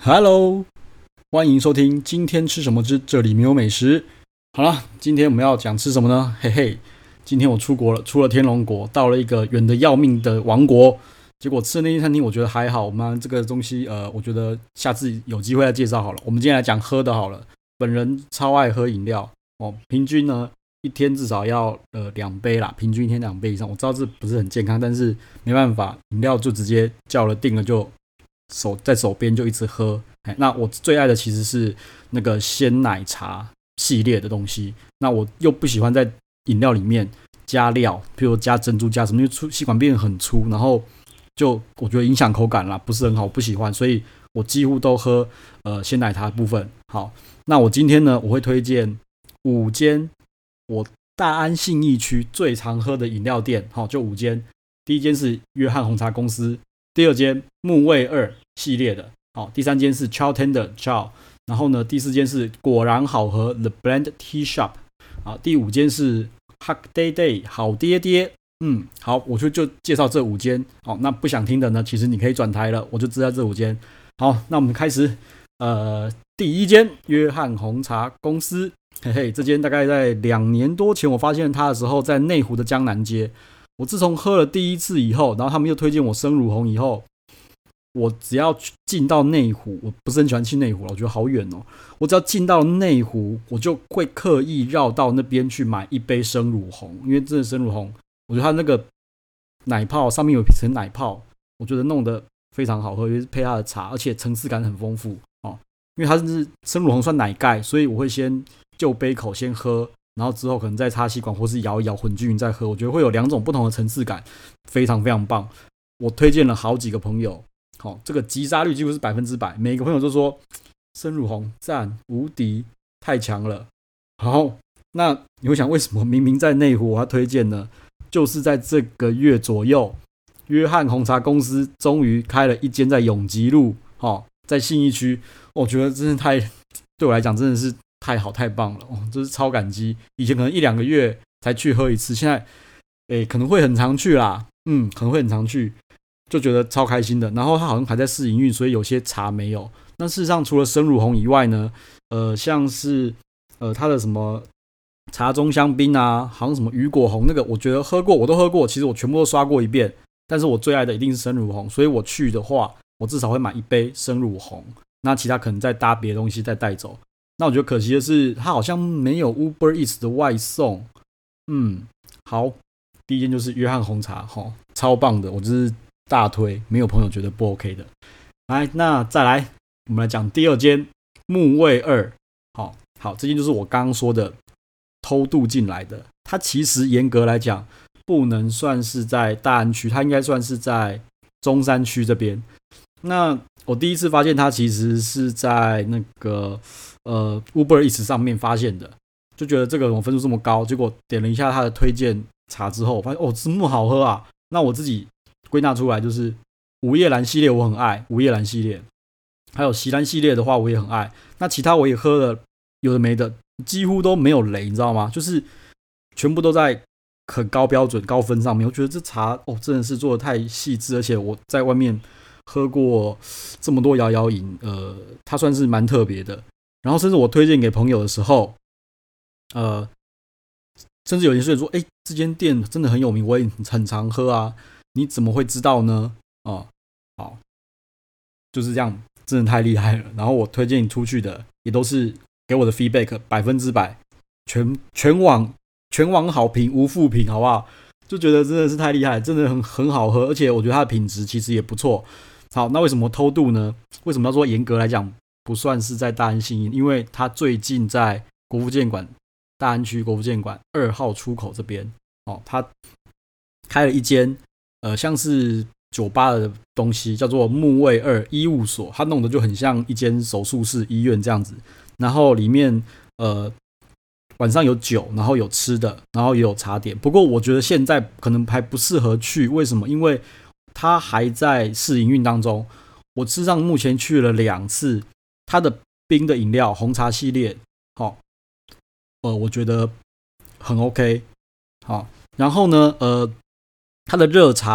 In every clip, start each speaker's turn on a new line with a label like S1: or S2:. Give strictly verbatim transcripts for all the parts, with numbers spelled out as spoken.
S1: Hello，欢迎收听今天吃什么之这里没有美食。好了，今天我们要讲吃什么呢？嘿嘿，今天我出国了，出了天龙国，到了一个远的要命的王国。结果吃的那间餐厅，我觉得还好。我们这个东西，呃，我觉得下次有机会再介绍好了。我们今天来讲喝的好了。本人超爱喝饮料哦，平均呢一天至少要呃两杯啦，平均一天两杯以上。我知道这不是很健康，但是没办法，饮料就直接叫了定了就手在手边就一直喝。那我最爱的其实是那个鲜奶茶系列的东西。那我又不喜欢在饮料里面加料，譬如加珍珠加什么，因为吸管变得很粗，然后就我觉得影响口感啦，不是很好，我不喜欢，所以我几乎都喝呃鲜奶茶的部分。好，那我今天呢，我会推荐五间我大安信义区最常喝的饮料店，好，就五间。第一间是约翰红茶公司，第二间木卫二系列的，好，第三间是 Chow Tender Chow， 然后呢，第四间是果然好喝 The Blend Tea Shop， 好，第五间是 Hug Day Day 好爹爹。嗯，好，我就就介绍这五间。好，那不想听的呢，其实你可以转台了，我就知道这五间。好，那我们开始。呃，第一间约翰红茶公司，嘿嘿，这间大概在两年多前我发现它的时候，在内湖的江南街。我自从喝了第一次以后，然后他们又推荐我生乳红以后，我只要进到内湖，我不是很喜欢去内湖了，我觉得好远哦。我只要进到内湖，我就会刻意绕到那边去买一杯生乳红，因为真的生乳红，我觉得它那个奶泡上面有一层奶泡，我觉得弄得非常好喝，尤其是配它的茶，而且层次感很丰富哦。因为它是生乳红算奶盖，所以我会先就杯口先喝，然后之后可能再插吸管或是摇一摇混均匀再喝，我觉得会有两种不同的层次感，非常非常棒。我推荐了好几个朋友，好、哦，这个击杀率几乎是百分之百，每个朋友都说生乳红赞无敌，太强了。好，那你会想为什么明明在内湖我要推荐呢？就是在这个月左右，约翰红茶公司终于开了一间在永吉路，哦，在信义区，我觉得真的太对我来讲真的是太好太棒了，哦，这是超感激。以前可能一两个月才去喝一次，现在诶可能会很常去啦，嗯，可能会很常去，就觉得超开心的。然后它好像还在试营运，所以有些茶没有。那事实上除了生乳红以外呢，呃，像是呃它的什么茶中香槟啊，好像什么雨果红那个，我觉得喝过，我都喝过，其实我全部都刷过一遍。但是我最爱的一定是生乳红，所以我去的话，我至少会买一杯生乳红。那其他可能再搭别的东西再带走。那我觉得可惜的是，它好像没有 Uber Eats 的外送。嗯，好，第一件就是约翰红茶，齁，超棒的，我就是大推，没有朋友觉得不 OK 的。来，那再来，我们来讲第二间木卫二。好，好，这间就是我刚刚说的偷渡进来的。它其实严格来讲，不能算是在大安区，它应该算是在中山区这边。那我第一次发现它其实是在那个呃 Uber Eats 上面发现的，就觉得这个怎么分数这么高，结果点了一下它的推荐茶之后，我发现哦，这么好喝啊！那我自己归纳出来就是午夜蓝系列我很爱，午夜蓝系列，还有席兰系列的话我也很爱。那其他我也喝了，有的没的，几乎都没有雷，你知道吗？就是全部都在很高标准、高分上面。我觉得这茶哦，真的是做的太细致，而且我在外面喝过这么多摇摇饮，呃，它算是蛮特别的。然后甚至我推荐给朋友的时候，呃，甚至有些人说，哎，这间店真的很有名，我也很常喝啊，你怎么会知道呢？哦，好，就是这样，真的太厉害了。然后我推荐你出去的，也都是给我的 feedback 百分之百，全全网全网好评，无负评，好不好？就觉得真的是太厉害，真的很很好喝，而且我觉得它的品质其实也不错。好，那为什么偷渡呢？为什么要说严格来讲不算是在大安信义？因为它最近在国父纪念馆大安区国父纪念馆二号出口这边，哦，它开了一间呃像是酒吧的东西，叫做木卫二医务所，它弄得就很像一间手术室医院这样子。然后里面呃晚上有酒，然后有吃的，然后也有茶点。不过我觉得现在可能还不适合去，为什么？因为它还在试营运当中。我事实上目前去了两次，它的冰的饮料红茶系列，好、哦，呃，我觉得很 OK， 好、哦。然后呢，呃，它的热茶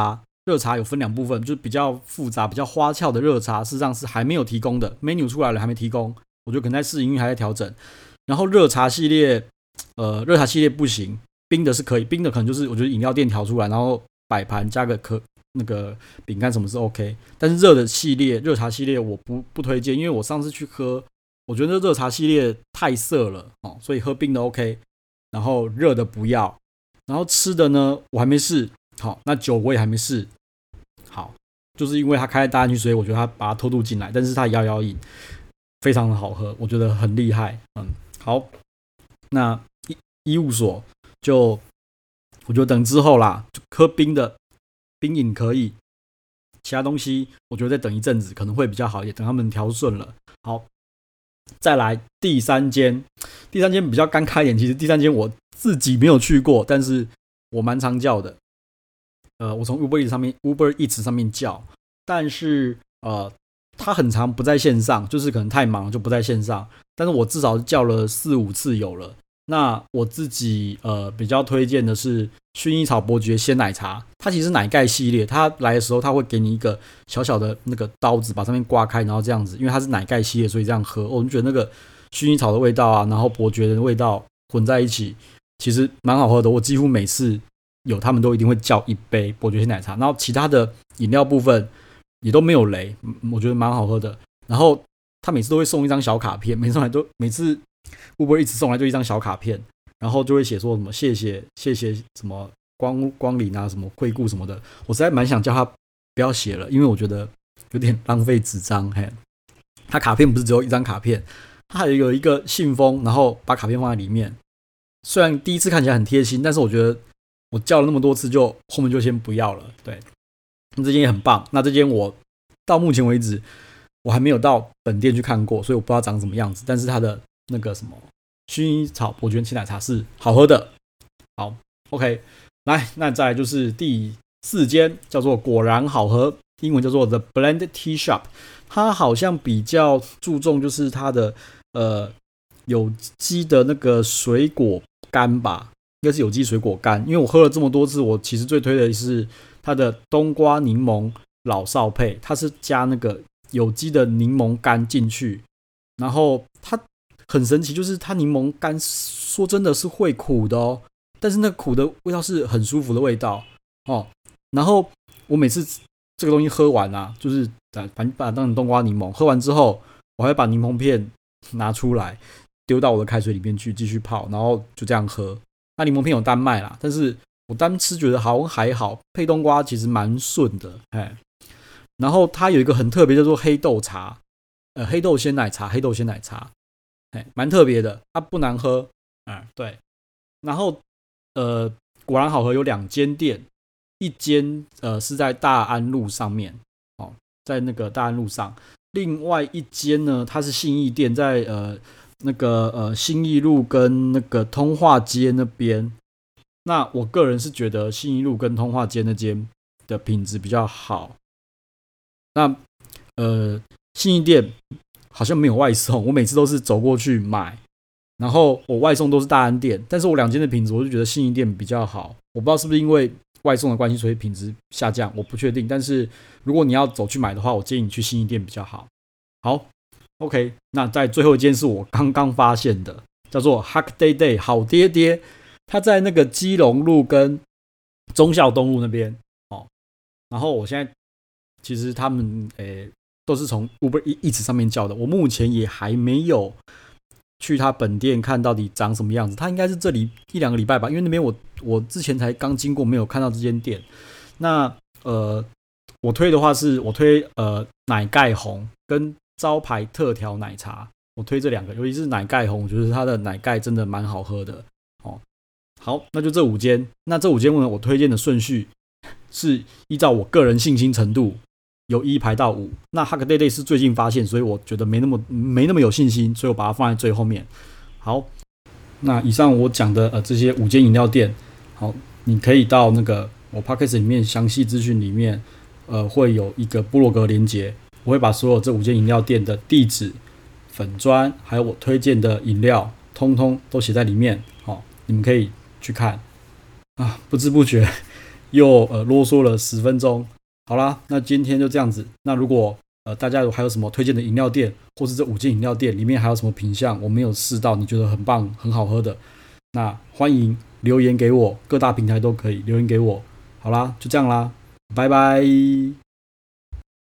S1: 热茶有分两部分，就是比较复杂、比较花俏的热茶，事实上是还没有提供的 ，menu 出来了还没提供，我觉得可能在试营运还在调整。然后热茶系列，呃，热茶系列不行，冰的是可以，冰的可能就是我觉得饮料店调出来，然后摆盘加个可那个饼干什么是 OK， 但是热的系列，热茶系列我不不推荐，因为我上次去喝，我觉得热茶系列太涩了哦，所以喝冰的 OK， 然后热的不要，然后吃的呢我还没试，好，那酒我也还没试。好，就是因为他开在大安区，所以我觉得他把它偷渡进来，但是他摇摇饮非常的好喝，我觉得很厉害。嗯，好，那医务所就我觉得等之后啦，就喝冰的冰饮可以，其他东西我觉得再等一阵子可能会比较好一点，等他们调顺了。好，再来第三间，第三间比较尴尬一点，其实第三间我自己没有去过，但是我蛮常叫的。呃，我从 Uber Eats 上面 Uber Eats 上面叫，但是呃，它很常不在线上，就是可能太忙就不在线上。但是我至少叫了四五次有了。那我自己呃比较推荐的是薰衣草伯爵鲜奶茶，它其实是奶盖系列，它来的时候它会给你一个小小的那个刀子，把上面刮开，然后这样子，因为它是奶盖系列，所以这样喝，我们觉得那个薰衣草的味道啊，然后伯爵的味道混在一起，其实蛮好喝的。我几乎每次有他们都一定会叫一杯伯爵鲜奶茶，然后其他的饮料部分也都没有雷，我觉得蛮好喝的。然后他每次都会送一张小卡片，每次来都每次 Uber 一直送来就一张小卡片，然后就会写说什么谢谢谢谢什么光光临啊，什么惠顾什么的。我实在蛮想叫他不要写了，因为我觉得有点浪费纸张。嘿，他卡片不是只有一张卡片，他还有一个信封，然后把卡片放在里面。虽然第一次看起来很贴心，但是我觉得我叫了那么多次就，就后面就先不要了。对，那这间也很棒。那这间我到目前为止我还没有到本店去看过，所以我不知道长什么样子。但是它的那个什么薰衣草伯爵鲜奶茶是好喝的。好 ，OK， 来，那再来就是第四间，叫做果然好喝，英文叫做 The Blend Tea Shop。它好像比较注重就是它的呃有机的那个水果干吧。应该是有机水果干，因为我喝了这么多次，我其实最推的是它的冬瓜柠檬老少配，它是加那个有机的柠檬干进去，然后它很神奇，就是它柠檬干说真的是会苦的哦，但是那苦的味道是很舒服的味道哦。然后我每次这个东西喝完啊，就是反正把它当成冬瓜柠檬，喝完之后，我还会把柠檬片拿出来丢到我的开水里面去继续泡，然后就这样喝。那柠檬片有单卖啦，但是我单吃觉得好像还好，配冬瓜其实蛮顺的。然后它有一个很特别叫做黑豆茶，呃，黑豆鲜奶茶，黑豆鲜奶茶，蛮特别的，它不难喝，嗯，对。然后呃，果然好喝有两间店，一间呃是在大安路上面，哦，在那个大安路上，另外一间呢，它是信义店，在呃。那个呃信义路跟那个通化街那边，那我个人是觉得信义路跟通化街那间的品质比较好。那呃信义店好像没有外送，我每次都是走过去买，然后我外送都是大安店，但是我两间的品质我就觉得信义店比较好。我不知道是不是因为外送的关系，所以品质下降，我不确定。但是如果你要走去买的话，我建议你去信义店比较好。好。OK， 那在最后一间是我刚刚发现的，叫做 Hug Day Day 好爹爹，它在那个基隆路跟忠孝东路那边哦。然后我现在其实他们诶都是从 Uber Eats 上面叫的，我目前也还没有去他本店看到底长什么样子。他应该是这里一两个礼拜吧，因为那边我我之前才刚经过，没有看到这间店。那呃，我推的话是我推呃奶盖红跟招牌特调奶茶，我推这两个，尤其是奶盖红，我觉得它的奶盖真的蛮好喝的哦。好，那就这五间，那这五间呢，我推荐的顺序是依照我个人信心程度，由一排到五。那 Hug Day Day 是最近发现，所以我觉得没那么没那么有信心，所以我把它放在最后面。好，那以上我讲的呃这些五间饮料店，好，你可以到那个我 Podcast 里面详细资讯里面，呃，会有一个部落格连结。我会把所有这五间饮料店的地址、粉专，还有我推荐的饮料，通通都写在里面，好，你们可以去看。啊，不知不觉又呃啰嗦了十分钟， 好啦，那今天就这样子。那如果呃大家有还有什么推荐的饮料店，或是这五间饮料店里面还有什么品项我没有试到，你觉得很棒、很好喝的，那欢迎留言给我，各大平台都可以留言给我。好啦，就这样啦，拜拜。